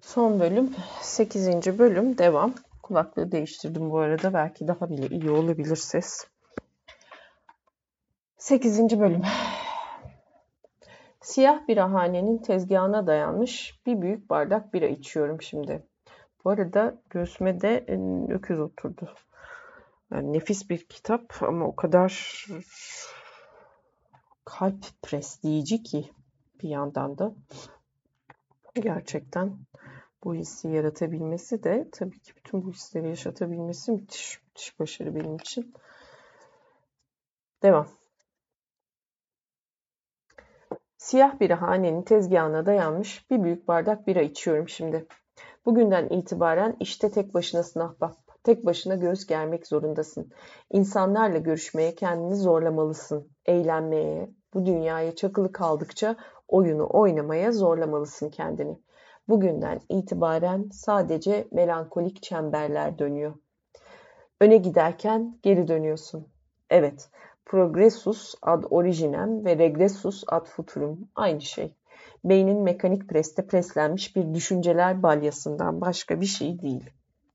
Son bölüm 8. bölüm devam. Kulaklığı değiştirdim bu arada. Belki daha bile iyi olabilir ses. 8. bölüm. Siyah birahanenin tezgahına dayanmış bir büyük bardak bira içiyorum şimdi. Bu arada göğsüme de öküz oturdu. Yani nefis bir kitap ama o kadar kalp presleyici ki bir yandan da gerçekten bu hissi yaratabilmesi de tabii ki bütün bu hisleri yaşatabilmesi müthiş başarı benim için. Devam. Siyah birahanenin tezgahına dayanmış bir büyük bardak bira içiyorum şimdi. Bugünden itibaren işte tek başınasın ahbap. Tek başına göğüs germek zorundasın. İnsanlarla görüşmeye kendini zorlamalısın. Eğlenmeye, bu dünyaya çakılı kaldıkça oyunu oynamaya zorlamalısın kendini. Bugünden itibaren sadece melankolik çemberler dönüyor. Öne giderken geri dönüyorsun. Evet, progressus ad originem ve regressus ad futurum aynı şey. Beynin mekanik preste preslenmiş bir düşünceler balyasından başka bir şey değil.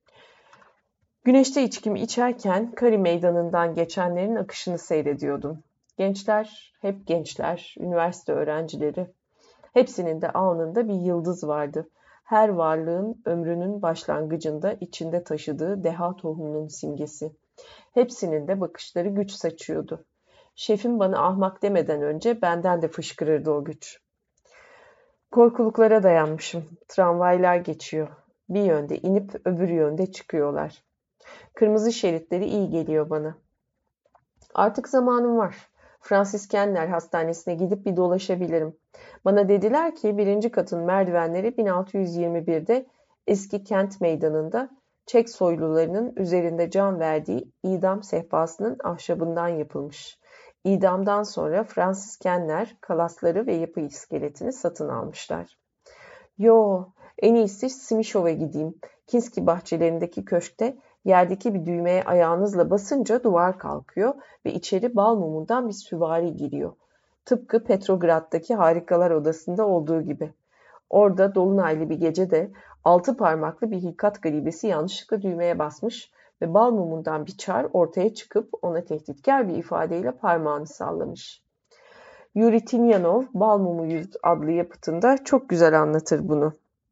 Güneşte içkimi içerken Kari Meydanı'ndan geçenlerin akışını seyrediyordum. Gençler, hep gençler, üniversite öğrencileri. Hepsinin de alnında bir yıldız vardı. Her varlığın ömrünün başlangıcında içinde taşıdığı deha tohumunun simgesi. Hepsinin de bakışları güç saçıyordu. Şefim bana ahmak demeden önce benden de fışkırırdı o güç. Korkuluklara dayanmışım. Tramvaylar geçiyor. Bir yönde inip öbür yönde çıkıyorlar. Kırmızı şeritleri iyi geliyor bana. Artık zamanım var. Fransiskenler Hastanesi'ne gidip bir dolaşabilirim. Bana dediler ki 1. katın merdivenleri 1621'de eski kent meydanında Çek soylularının üzerinde can verdiği idam sehpasının ahşabından yapılmış. İdamdan sonra Fransiskenler kalasları ve yapı iskeletini satın almışlar. Yo, en iyisi Simişov'a gideyim. Kinski bahçelerindeki köşkte yerdeki bir düğmeye ayağınızla basınca duvar kalkıyor ve içeri bal mumundan bir süvari giriyor. Tıpkı Petrograd'daki Harikalar Odası'nda olduğu gibi. Orada dolunaylı bir gecede 6 parmaklı bir hikat garibesi yanlışlıkla düğmeye basmış ve bal mumundan bir çar ortaya çıkıp ona tehditkar bir ifadeyle parmağını sallamış. Yuri Tinyanov Bal Mumu Yüz adlı yapıtında çok güzel anlatır bunu.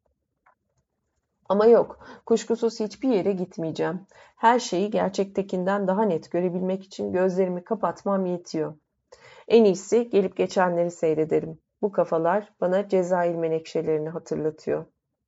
Ama yok, kuşkusuz hiçbir yere gitmeyeceğim. Her şeyi gerçektekinden daha net görebilmek için gözlerimi kapatmam yetiyor. En iyisi gelip geçenleri seyrederim. Bu kafalar bana Cezayir menekşelerini hatırlatıyor.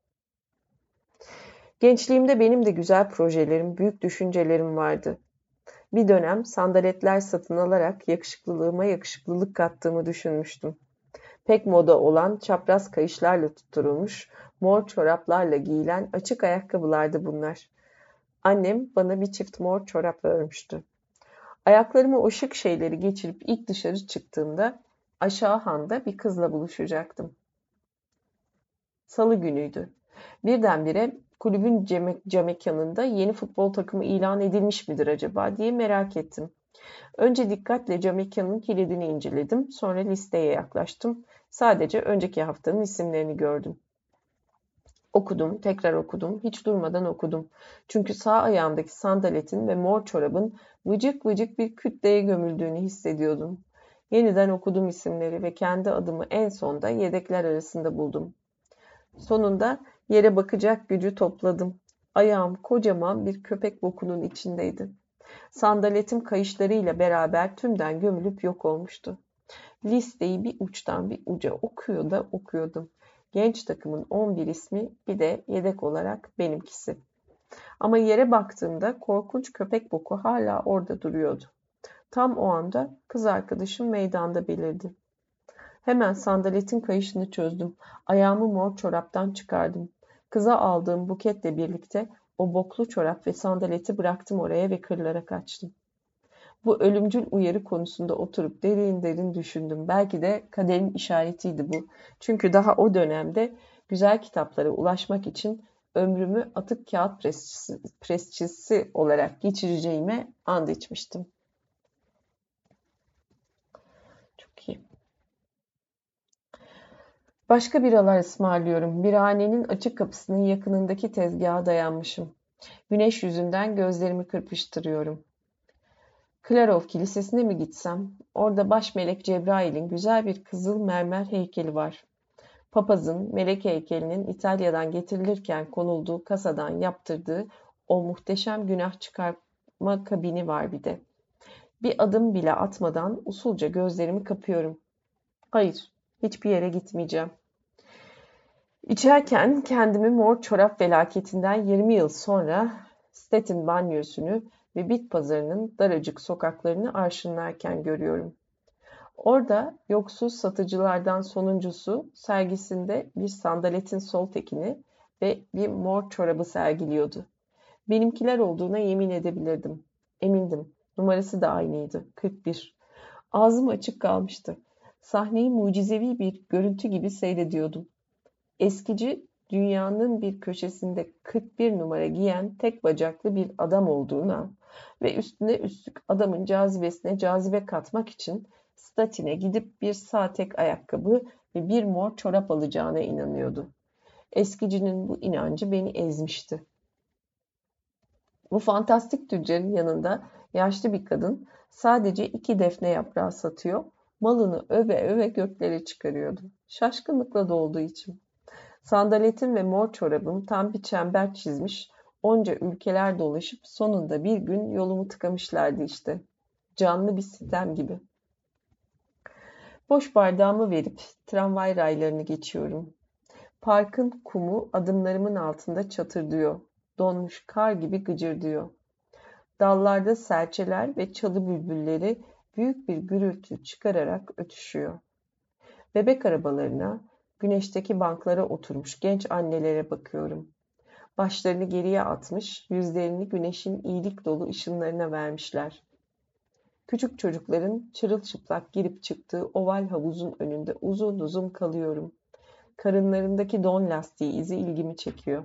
Gençliğimde benim de güzel projelerim, büyük düşüncelerim vardı. Bir dönem sandaletler satın alarak yakışıklılığıma yakışıklılık kattığımı düşünmüştüm. Pek moda olan çapraz kayışlarla tutturulmuş, mor çoraplarla giyilen açık ayakkabılardı bunlar. Annem bana bir çift mor çorap örmüştü. Ayaklarıma o şık şeyleri geçirip ilk dışarı çıktığımda aşağı handa bir kızla buluşacaktım. Salı günüydü. Birdenbire kulübün camekanında yeni futbol takımı ilan edilmiş midir acaba diye merak ettim. Önce dikkatle camekanın kilidini inceledim, sonra listeye yaklaştım. Sadece önceki haftanın isimlerini gördüm. Okudum, tekrar okudum, hiç durmadan okudum. Çünkü sağ ayağımdaki sandaletin ve mor çorabın vıcık vıcık bir kütleye gömüldüğünü hissediyordum. Yeniden okudum isimleri ve kendi adımı en sonda yedekler arasında buldum. Sonunda yere bakacak gücü topladım. Ayağım kocaman bir köpek bokunun içindeydi. Sandaletim kayışlarıyla beraber tümden gömülüp yok olmuştu. Listeyi bir uçtan bir uca okuyordum. Genç takımın 11 ismi bir de yedek olarak benimkisi. Ama yere baktığımda korkunç köpek boku hala orada duruyordu. Tam o anda kız arkadaşım meydanda belirdi. Hemen sandaletin kayışını çözdüm. Ayağımı mor çoraptan çıkardım. Kıza aldığım buketle birlikte o boklu çorap ve sandaleti bıraktım oraya ve kırlara kaçtım. Bu ölümcül uyarı konusunda oturup derin derin düşündüm. Belki de kaderin işaretiydi bu. Çünkü daha o dönemde güzel kitaplara ulaşmak için ömrümü atık kağıt presçisi olarak geçireceğime and içmiştim. Çok iyi. Başka biralar ısmarlıyorum. Birhanenin açık kapısının yakınındaki tezgaha dayanmışım. Güneş yüzünden gözlerimi kırpıştırıyorum. Klarov Kilisesi'ne mi gitsem? Orada baş melek Cebrail'in güzel bir kızıl mermer heykeli var. Papazın melek heykelinin İtalya'dan getirilirken konulduğu kasadan yaptırdığı o muhteşem günah çıkarma kabini var bir de. Bir adım bile atmadan usulca gözlerimi kapıyorum. Hayır, hiçbir yere gitmeyeceğim. İçerken kendimi mor çorap felaketinden 20 yıl sonra Stettin banyosunu ve bit pazarının daracık sokaklarını arşınlarken görüyorum. Orada yoksuz satıcılardan sonuncusu sergisinde bir sandaletin sol tekini ve bir mor çorabı sergiliyordu. Benimkiler olduğuna yemin edebilirdim. Emindim. Numarası da aynıydı. 41. Ağzım açık kalmıştı. Sahneyi mucizevi bir görüntü gibi seyrediyordum. Eskici, dünyanın bir köşesinde 41 numara giyen tek bacaklı bir adam olduğuna ve üstüne üstlük adamın cazibesine cazibe katmak için statine gidip bir sağ tek ayakkabı ve bir mor çorap alacağına inanıyordu. Eskicinin bu inancı beni ezmişti. Bu fantastik tüccarın yanında yaşlı bir kadın sadece 2 defne yaprağı satıyor, malını öve öve göklere çıkarıyordu. Şaşkınlıkla doldu içim. Sandaletim ve mor çorabım tam bir çember çizmiş, onca ülkeler dolaşıp sonunda bir gün yolumu tıkamışlardı işte. Canlı bir sitem gibi. Boş bardağımı verip tramvay raylarını geçiyorum. Parkın kumu adımlarımın altında çatırdıyor. Donmuş kar gibi gıcırdıyor. Dallarda serçeler ve çalı bülbülleri büyük bir gürültü çıkararak ötüşüyor. Bebek arabalarına, güneşteki banklara oturmuş genç annelere bakıyorum. Başlarını geriye atmış, yüzlerini güneşin iyilik dolu ışınlarına vermişler. Küçük çocukların çırılçıplak girip çıktığı oval havuzun önünde uzun uzun kalıyorum. Karınlarındaki don lastiği izi ilgimi çekiyor.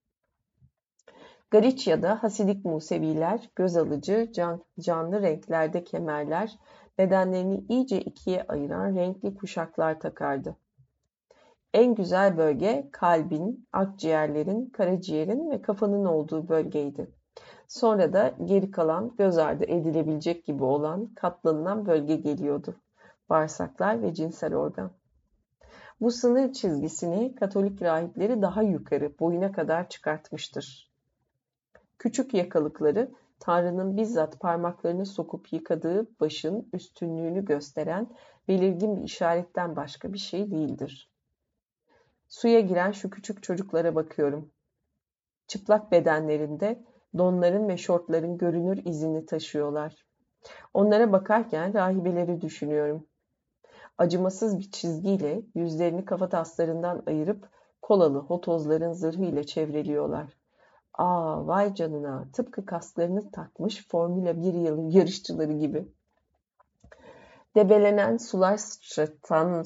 Galiçya'da Hasidik Museviler, göz alıcı, canlı renklerde kemerler, bedenlerini iyice ikiye ayıran renkli kuşaklar takardı. En güzel bölge kalbin, akciğerlerin, karaciğerin ve kafanın olduğu bölgeydi. Sonra da geri kalan göz ardı edilebilecek gibi olan katlanılan bölge geliyordu. Bağırsaklar ve cinsel organ. Bu sınır çizgisini Katolik rahipleri daha yukarı, boyuna kadar çıkartmıştır. Küçük yakalıkları Tanrı'nın bizzat parmaklarını sokup yıkadığı başın üstünlüğünü gösteren belirgin bir işaretten başka bir şey değildir. Suya giren şu küçük çocuklara bakıyorum. Çıplak bedenlerinde donların ve şortların görünür izini taşıyorlar. Onlara bakarken rahibeleri düşünüyorum. Acımasız bir çizgiyle yüzlerini kafataslarından ayırıp kolalı hotozların zırhıyla çevreliyorlar. Aa, vay canına, tıpkı kasklarını takmış Formula 1 yarışçıları gibi. Debelenen sular sıçratan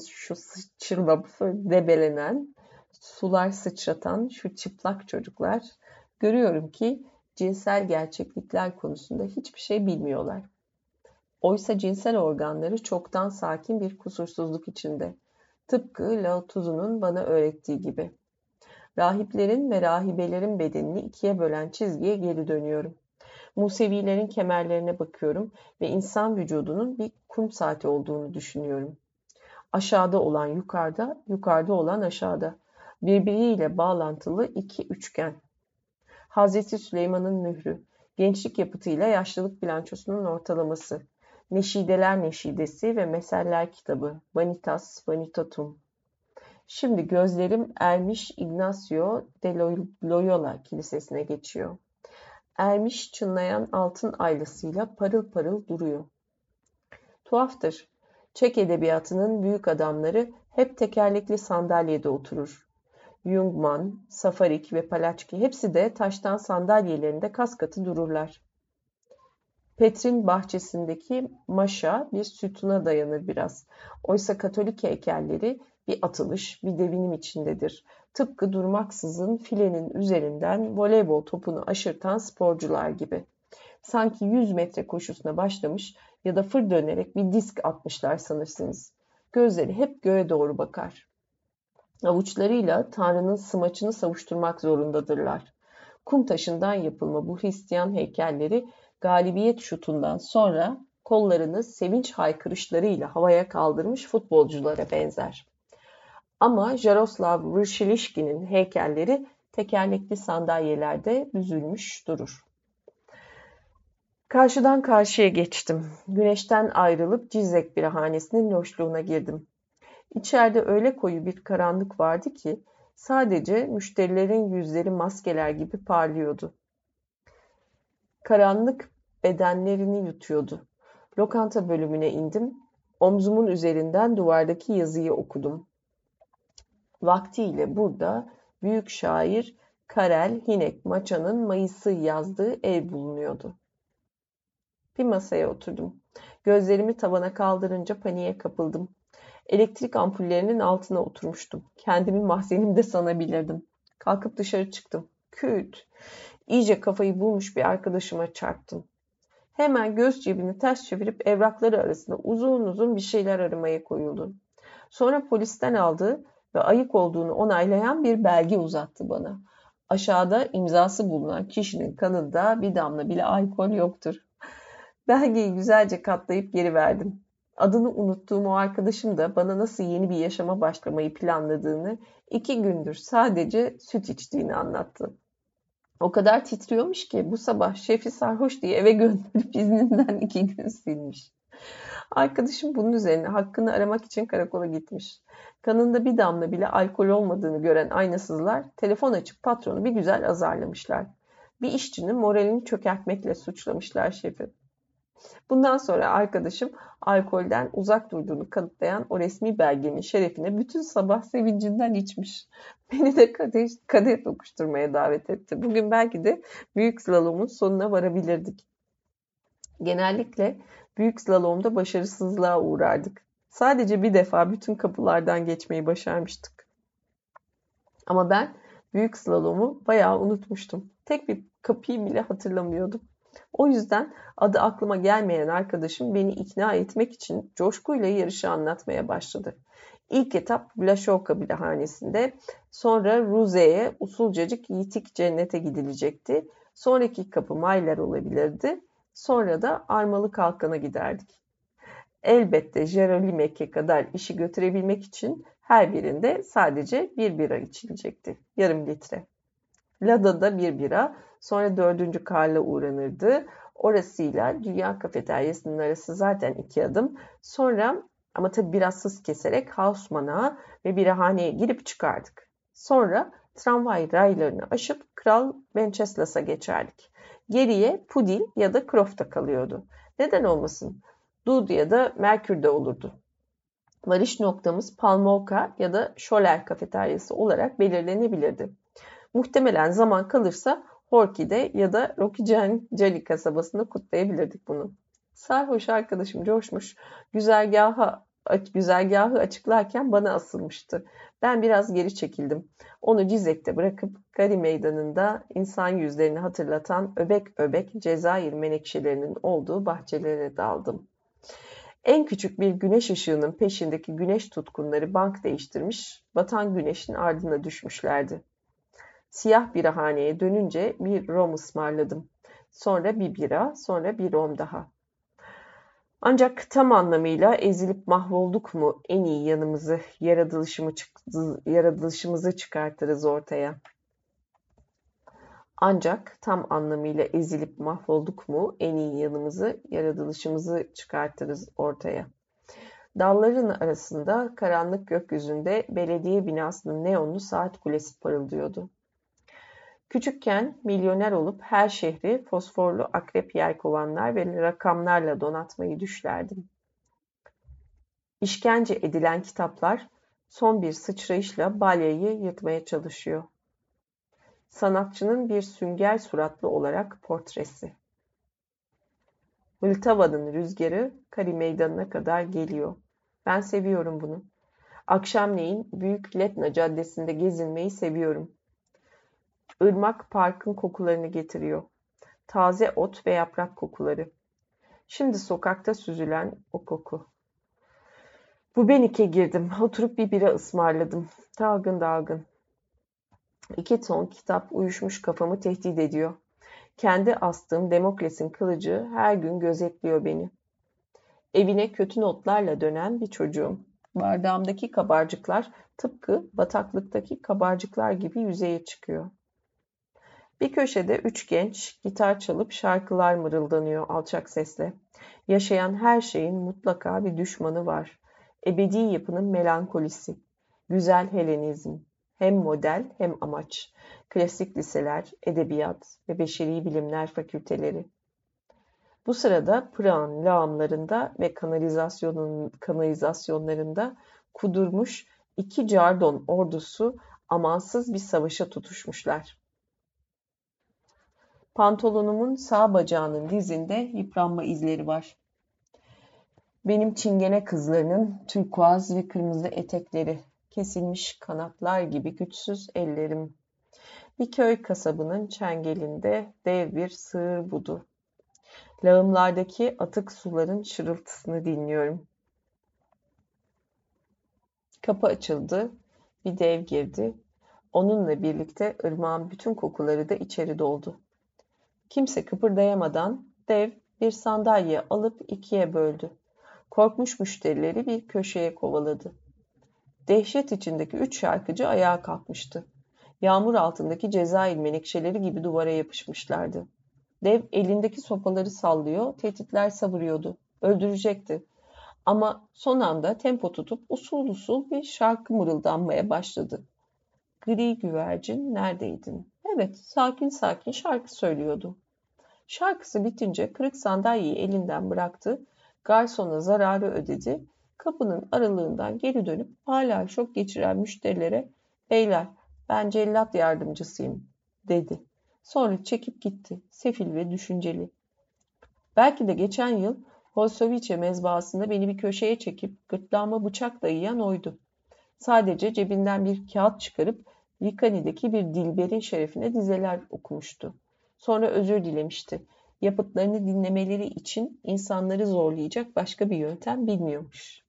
şu çıplak çocuklar, görüyorum ki cinsel gerçeklikler konusunda hiçbir şey bilmiyorlar. Oysa cinsel organları çoktan sakin bir kusursuzluk içinde. Tıpkı Lao Tzu'nun bana öğrettiği gibi. Rahiplerin ve rahibelerin bedenini ikiye bölen çizgiye geri dönüyorum. Musevilerin kemerlerine bakıyorum ve insan vücudunun bir kum saati olduğunu düşünüyorum. Aşağıda olan yukarıda, yukarıda olan aşağıda. Birbiriyle bağlantılı iki üçgen. Hazreti Süleyman'ın mührü, gençlik yapıtıyla yaşlılık bilançosunun ortalaması. Neşideler Neşidesi ve Meseller kitabı, Vanitas Vanitatum. Şimdi gözlerim Ermiş Ignacio de Loyola Kilisesi'ne geçiyor. Ermiş çınlayan altın aylasıyla parıl parıl duruyor. Tuhaftır. Çek edebiyatının büyük adamları hep tekerlekli sandalyede oturur. Jungmann, Safarik ve Palaçki hepsi de taştan sandalyelerinde kaskatı dururlar. Petr'in bahçesindeki maşa bir sütuna dayanır biraz. Oysa Katolik heykelleri bir atılış, bir devinim içindedir. Tıpkı durmaksızın filenin üzerinden voleybol topunu aşırtan sporcular gibi. Sanki 100 metre koşusuna başlamış ya da fır dönerek bir disk atmışlar sanırsınız. Gözleri hep göğe doğru bakar. Avuçlarıyla Tanrı'nın smaçını savuşturmak zorundadırlar. Kum taşından yapılma bu Hristiyan heykelleri galibiyet şutundan sonra kollarını sevinç haykırışlarıyla havaya kaldırmış futbolculara benzer. Ama Jaroslav Vršilishkin'in heykelleri tekerlekli sandalyelerde büzülmüş durur. Karşıdan karşıya geçtim. Güneşten ayrılıp Cizrek birahanesinin loşluğuna girdim. İçeride öyle koyu bir karanlık vardı ki sadece müşterilerin yüzleri maskeler gibi parlıyordu. Karanlık bedenlerini yutuyordu. Lokanta bölümüne indim. Omzumun üzerinden duvardaki yazıyı okudum. Vaktiyle burada büyük şair Karel Hynek Maça'nın Mayıs'ı yazdığı ev bulunuyordu. Bir masaya oturdum. Gözlerimi tavana kaldırınca paniğe kapıldım. Elektrik ampullerinin altına oturmuştum. Kendimi mahzenimde sanabilirdim. Kalkıp dışarı çıktım. Küt! İyice kafayı bulmuş bir arkadaşıma çarptım. Hemen göz cebini ters çevirip evrakları arasında uzun uzun bir şeyler aramaya koyuldu. Sonra polisten aldığı ve ayık olduğunu onaylayan bir belge uzattı bana. Aşağıda imzası bulunan kişinin kanında bir damla bile alkol yoktur. Belgeyi güzelce katlayıp geri verdim. Adını unuttuğum o arkadaşım da bana nasıl yeni bir yaşama başlamayı planladığını, 2 gündür sadece süt içtiğini anlattı. O kadar titriyormuş ki bu sabah şefi sarhoş diye eve gönderip izninden 2 gün silmiş. Arkadaşım bunun üzerine hakkını aramak için karakola gitmiş. Kanında bir damla bile alkol olmadığını gören aynasızlar telefon açıp patronu bir güzel azarlamışlar. Bir işçinin moralini çökertmekle suçlamışlar şefi. Bundan sonra arkadaşım alkolden uzak durduğunu kanıtlayan o resmi belgenin şerefine bütün sabah sevincinden içmiş. Beni de kadeh tokuşturmaya davet etti. Bugün belki de büyük slalomun sonuna varabilirdik. Genellikle büyük slalomda başarısızlığa uğrardık. Sadece bir defa bütün kapılardan geçmeyi başarmıştık. Ama ben büyük slalomu bayağı unutmuştum. Tek bir kapıyı bile hatırlamıyordum. O yüzden adı aklıma gelmeyen arkadaşım beni ikna etmek için coşkuyla yarışı anlatmaya başladı. İlk etap Blaşovka birahanesinde, sonra Ruze'ye usulcacık yitik cennete gidilecekti. Sonraki kapı Mayler olabilirdi. Sonra da Armalı Kalkan'a giderdik. Elbette Jerolimek'e kadar işi götürebilmek için her birinde sadece bir bira içilecekti. Yarım litre. Lada'da bir bira, sonra 4. Karl'a uğranırdı. Orasıyla Dünya Kafeteryası'nın arası zaten 2 adım. Sonra ama tabii biraz hız keserek Hausmann'a ve birahaneye girip çıkardık. Sonra tramvay raylarını aşıp Kral Wenceslas'a geçerdik. Geriye Pudil ya da Krof'ta kalıyordu. Neden olmasın? Dud ya da Merkür'de olurdu. Varış noktamız Palmovka ya da Scholler kafeteryası olarak belirlenebilirdi. Muhtemelen zaman kalırsa Horki'de ya da Rokicali kasabasında kutlayabilirdik bunu. Sarhoş arkadaşım coşmuş, güzergahı açıklarken bana asılmıştı. Ben biraz geri çekildim. Onu Cizrek'te bırakıp Gari Meydanı'nda insan yüzlerini hatırlatan öbek öbek Cezayir menekşelerinin olduğu bahçelere daldım. En küçük bir güneş ışığının peşindeki güneş tutkunları bank değiştirmiş, batan güneşin ardına düşmüşlerdi. Siyah birahaneye dönünce bir rom ısmarladım. Sonra bir bira, sonra bir rom daha. Ancak tam anlamıyla ezilip mahvolduk mu en iyi yanımızı, yaratılışımızı çıkartırız ortaya. Ancak tam anlamıyla ezilip mahvolduk mu en iyi yanımızı, yaratılışımızı çıkartırız ortaya. Dalların arasında karanlık gökyüzünde belediye binasının neonlu saat kulesi parıldıyordu. Küçükken milyoner olup her şehri fosforlu akrep yelkovanlar ve rakamlarla donatmayı düşlerdim. İşkence edilen kitaplar son bir sıçrayışla balyayı yırtmaya çalışıyor. Sanatçının bir sünger suratlı olarak portresi. Vltava'nın rüzgarı Kari Meydanı'na kadar geliyor. Ben seviyorum bunu. Akşamleyin Büyük Letna Caddesi'nde gezinmeyi seviyorum. Irmak parkın kokularını getiriyor. Taze ot ve yaprak kokuları. Şimdi sokakta süzülen o koku. Bu Benik'e girdim. Oturup bir bira ısmarladım. Dalgın dalgın. 2 ton kitap uyuşmuş kafamı tehdit ediyor. Kendi astığım Demokles'in kılıcı her gün gözetliyor beni. Evine kötü notlarla dönen bir çocuğum. Bardağımdaki kabarcıklar tıpkı bataklıktaki kabarcıklar gibi yüzeye çıkıyor. Bir köşede 3 genç gitar çalıp şarkılar mırıldanıyor alçak sesle. Yaşayan her şeyin mutlaka bir düşmanı var. Ebedi yapının melankolisi. Güzel Helenizm. Hem model hem amaç. Klasik liseler, edebiyat ve beşeri bilimler fakülteleri. Bu sırada Prag'ın lağımlarında ve kanalizasyonlarında kudurmuş 2 Cardon ordusu amansız bir savaşa tutuşmuşlar. Pantolonumun sağ bacağının dizinde yıpranma izleri var. Benim çingene kızlarının turkuaz ve kırmızı etekleri, kesilmiş kanatlar gibi güçsüz ellerim. Bir köy kasabının çengelinde dev bir sığır budu. Lağımlardaki atık suların şırıltısını dinliyorum. Kapı açıldı, bir dev girdi. Onunla birlikte ırmağın bütün kokuları da içeri doldu. Kimse kıpırdayamadan dev bir sandalye alıp 2'ye böldü. Korkmuş müşterileri bir köşeye kovaladı. Dehşet içindeki 3 şarkıcı ayağa kalkmıştı. Yağmur altındaki Cezayir menekşeleri gibi duvara yapışmışlardı. Dev elindeki sopaları sallıyor, tehditler savuruyordu. Öldürecekti. Ama son anda tempo tutup usul usul bir şarkı mırıldanmaya başladı. Gri güvercin neredeydin? Evet, sakin sakin şarkı söylüyordu. Şarkısı bitince kırık sandalyeyi elinden bıraktı, garsona zararı ödedi, kapının aralığından geri dönüp hala şok geçiren müşterilere "Beyler, ben cellat yardımcısıyım," dedi. Sonra çekip gitti, sefil ve düşünceli. Belki de geçen yıl Holsovice mezbahasında beni bir köşeye çekip gırtlağıma bıçak dayayan oydu. Sadece cebinden bir kağıt çıkarıp Likani'deki bir dilberin şerefine dizeler okumuştu. Sonra özür dilemişti. Yapıtlarını dinlemeleri için insanları zorlayacak başka bir yöntem bilmiyormuş.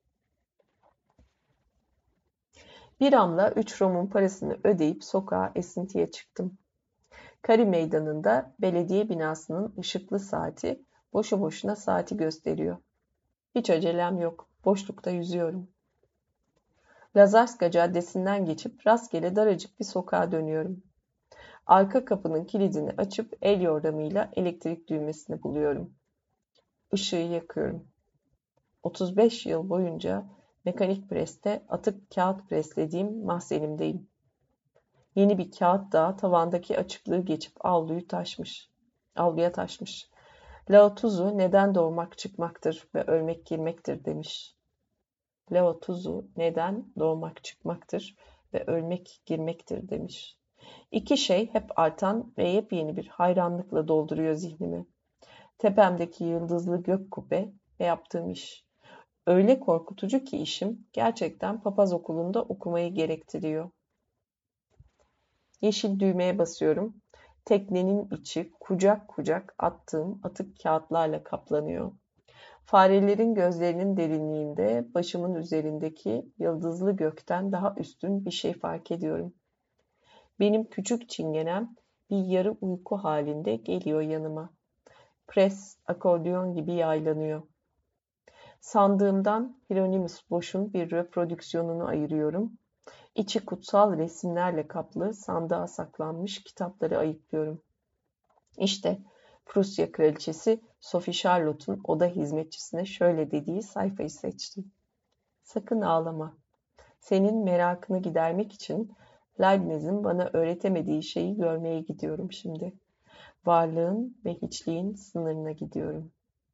Bir amla 3 Rom'un parasını ödeyip sokağa esintiye çıktım. Kari meydanında belediye binasının ışıklı saati boşu boşuna saati gösteriyor. Hiç acelem yok. Boşlukta yüzüyorum. Lazarska Caddesi'nden geçip rastgele daracık bir sokağa dönüyorum. Arka kapının kilidini açıp el yordamıyla elektrik düğmesini buluyorum. Işığı yakıyorum. 35 yıl boyunca mekanik preste atık kağıt preslediğim mahzenimdeyim. Yeni bir kağıt daha tavandaki açıklığı geçip avluya taşmış. Lao Tzu neden doğmak çıkmaktır ve ölmek girmektir demiş. Lao Tzu neden doğmak çıkmaktır ve ölmek girmektir demiş. 2 şey hep artan ve yepyeni bir hayranlıkla dolduruyor zihnimi. Tepemdeki yıldızlı gök kubbe ve yaptığım iş. Öyle korkutucu ki işim gerçekten papaz okulunda okumayı gerektiriyor. Yeşil düğmeye basıyorum. Teknenin içi kucak kucak attığım atık kağıtlarla kaplanıyor. Farelerin gözlerinin derinliğinde başımın üzerindeki yıldızlı gökten daha üstün bir şey fark ediyorum. Benim küçük çingenem bir yarı uyku halinde geliyor yanıma. Pres, akordeon gibi yaylanıyor. Sandığımdan Hieronymus Bosch'un bir reprodüksiyonunu ayırıyorum. İçi kutsal resimlerle kaplı sandığa saklanmış kitapları ayıklıyorum. İşte Prusya Kraliçesi Sophie Charlotte'un oda hizmetçisine şöyle dediği sayfayı seçtim. Sakın ağlama. Senin merakını gidermek için Leibniz'in bana öğretemediği şeyi görmeye gidiyorum şimdi. Varlığın ve hiçliğin sınırına gidiyorum.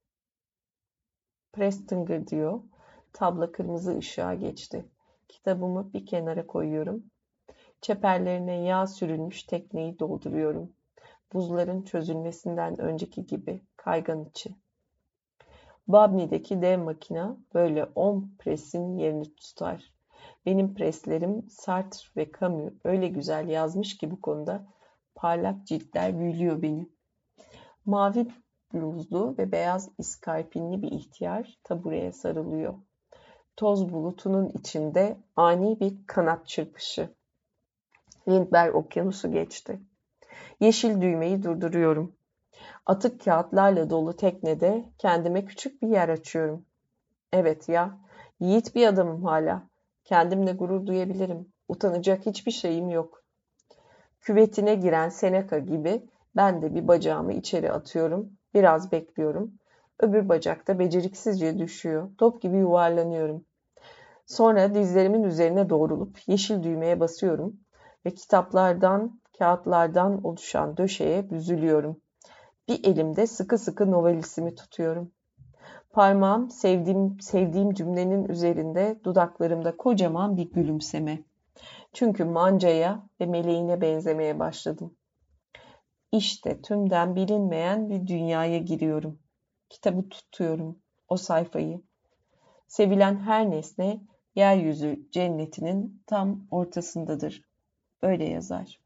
Preston diyor. Tabla kırmızı ışığa geçti. Kitabımı bir kenara koyuyorum. Çeperlerine yağ sürülmüş tekneyi dolduruyorum. Buzların çözülmesinden önceki gibi kaygan içi. Babni'deki dev makina böyle 10 presin yerini tutar. Benim preslerim Sartre ve Camus öyle güzel yazmış ki bu konuda parlak ciltler büyülüyor beni. Mavi bluzlu ve beyaz iskarpinli bir ihtiyar tabureye sarılıyor. Toz bulutunun içinde ani bir kanat çırpışı. Lindbergh Okyanusu geçti. Yeşil düğmeyi durduruyorum. Atık kağıtlarla dolu teknede kendime küçük bir yer açıyorum. Evet ya, yiğit bir adamım hala. Kendimle gurur duyabilirim. Utanacak hiçbir şeyim yok. Küvetine giren Seneca gibi ben de bir bacağımı içeri atıyorum. Biraz bekliyorum. Öbür bacak da beceriksizce düşüyor. Top gibi yuvarlanıyorum. Sonra dizlerimin üzerine doğrulup yeşil düğmeye basıyorum ve kitaplardan, kağıtlardan oluşan döşeye büzülüyorum. Bir elimde sıkı sıkı novelistimi tutuyorum. Parmağım sevdiğim cümlenin üzerinde, dudaklarımda kocaman bir gülümseme. Çünkü mancaya ve meleğine benzemeye başladım. İşte tümden bilinmeyen bir dünyaya giriyorum. Kitabı tutuyorum, o sayfayı. Sevilen her nesne yeryüzü cennetinin tam ortasındadır. Öyle yazar.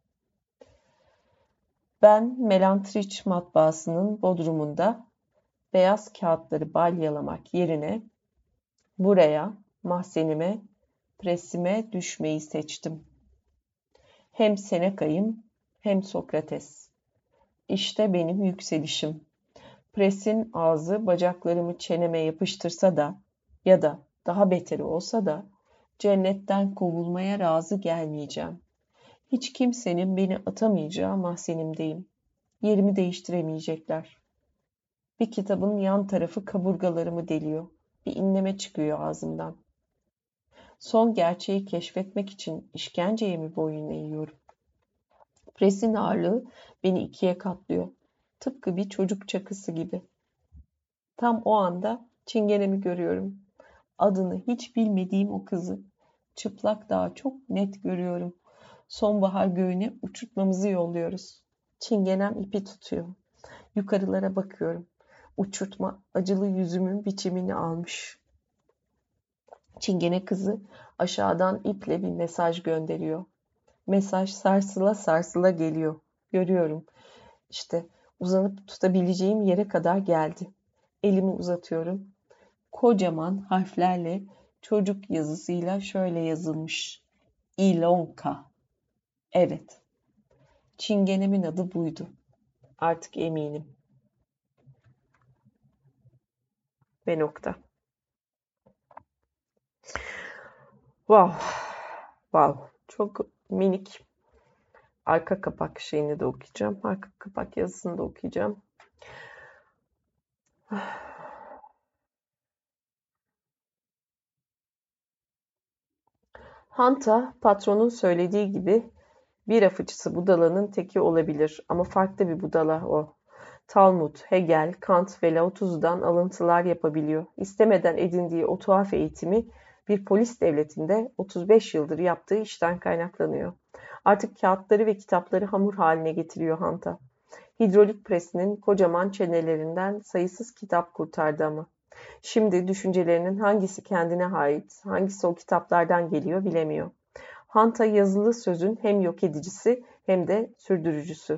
Ben Melantriç matbaasının bodrumunda beyaz kağıtları balyalamak yerine buraya, mahzenime, presime düşmeyi seçtim. Hem Seneca'yım hem Sokrates. İşte benim yükselişim. Presin ağzı bacaklarımı çeneme yapıştırsa da ya da daha beteri olsa da cennetten kovulmaya razı gelmeyeceğim. Hiç kimsenin beni atamayacağı mahzenimdeyim. Yerimi değiştiremeyecekler. Bir kitabın yan tarafı kaburgalarımı deliyor. Bir inleme çıkıyor ağzımdan. Son gerçeği keşfetmek için işkenceye mi boyun eğiyorum? Presin ağırlığı beni ikiye katlıyor. Tıpkı bir çocuk çakısı gibi. Tam o anda çingenemi görüyorum. Adını hiç bilmediğim o kızı. Çıplak daha çok net görüyorum. Sonbahar göğüne uçurtmamızı yolluyoruz. Çingenem ipi tutuyor. Yukarılara bakıyorum. Uçurtma acılı yüzümün biçimini almış. Çingene kızı aşağıdan iple bir mesaj gönderiyor. Mesaj sarsıla sarsıla geliyor. Görüyorum. İşte uzanıp tutabileceğim yere kadar geldi. Elimi uzatıyorum. Kocaman harflerle çocuk yazısıyla şöyle yazılmış. İlonka. Evet. Çingenemin adı buydu. Artık eminim. Ve nokta. Wow. Wow. Çok minik. Arka kapak şeyini de okuyacağım. Arka kapak yazısını da okuyacağım. Hanta, patronun söylediği gibi bira fıçısı budalanın teki olabilir ama farklı bir budala o. Talmud, Hegel, Kant ve Lao-Tzu'dan alıntılar yapabiliyor. İstemeden edindiği o tuhaf eğitimi bir polis devletinde 35 yıldır yaptığı işten kaynaklanıyor. Artık kağıtları ve kitapları hamur haline getiriyor Hanta. Hidrolik presinin kocaman çenelerinden sayısız kitap kurtardı ama. Şimdi düşüncelerinin hangisi kendine ait, hangisi o kitaplardan geliyor bilemiyor. Hanta yazılı sözün hem yok edicisi hem de sürdürücüsü.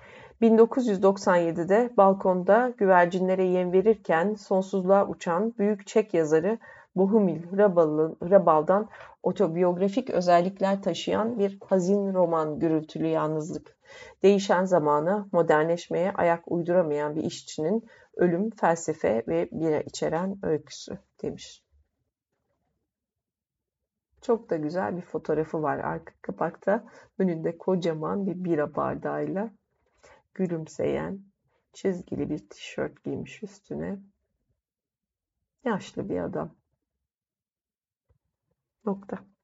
1997'de balkonda güvercinlere yem verirken sonsuzluğa uçan büyük Çek yazarı Bohumil Hrabal'dan otobiyografik özellikler taşıyan bir hazin roman gürültülü yalnızlık. Değişen zamana, modernleşmeye ayak uyduramayan bir işçinin ölüm, felsefe ve bira içeren öyküsü demiş. Çok da güzel bir fotoğrafı var arka kapakta. Önünde kocaman bir bira bardağıyla gülümseyen, çizgili bir tişört giymiş üstüne. Yaşlı bir adam. Nokta.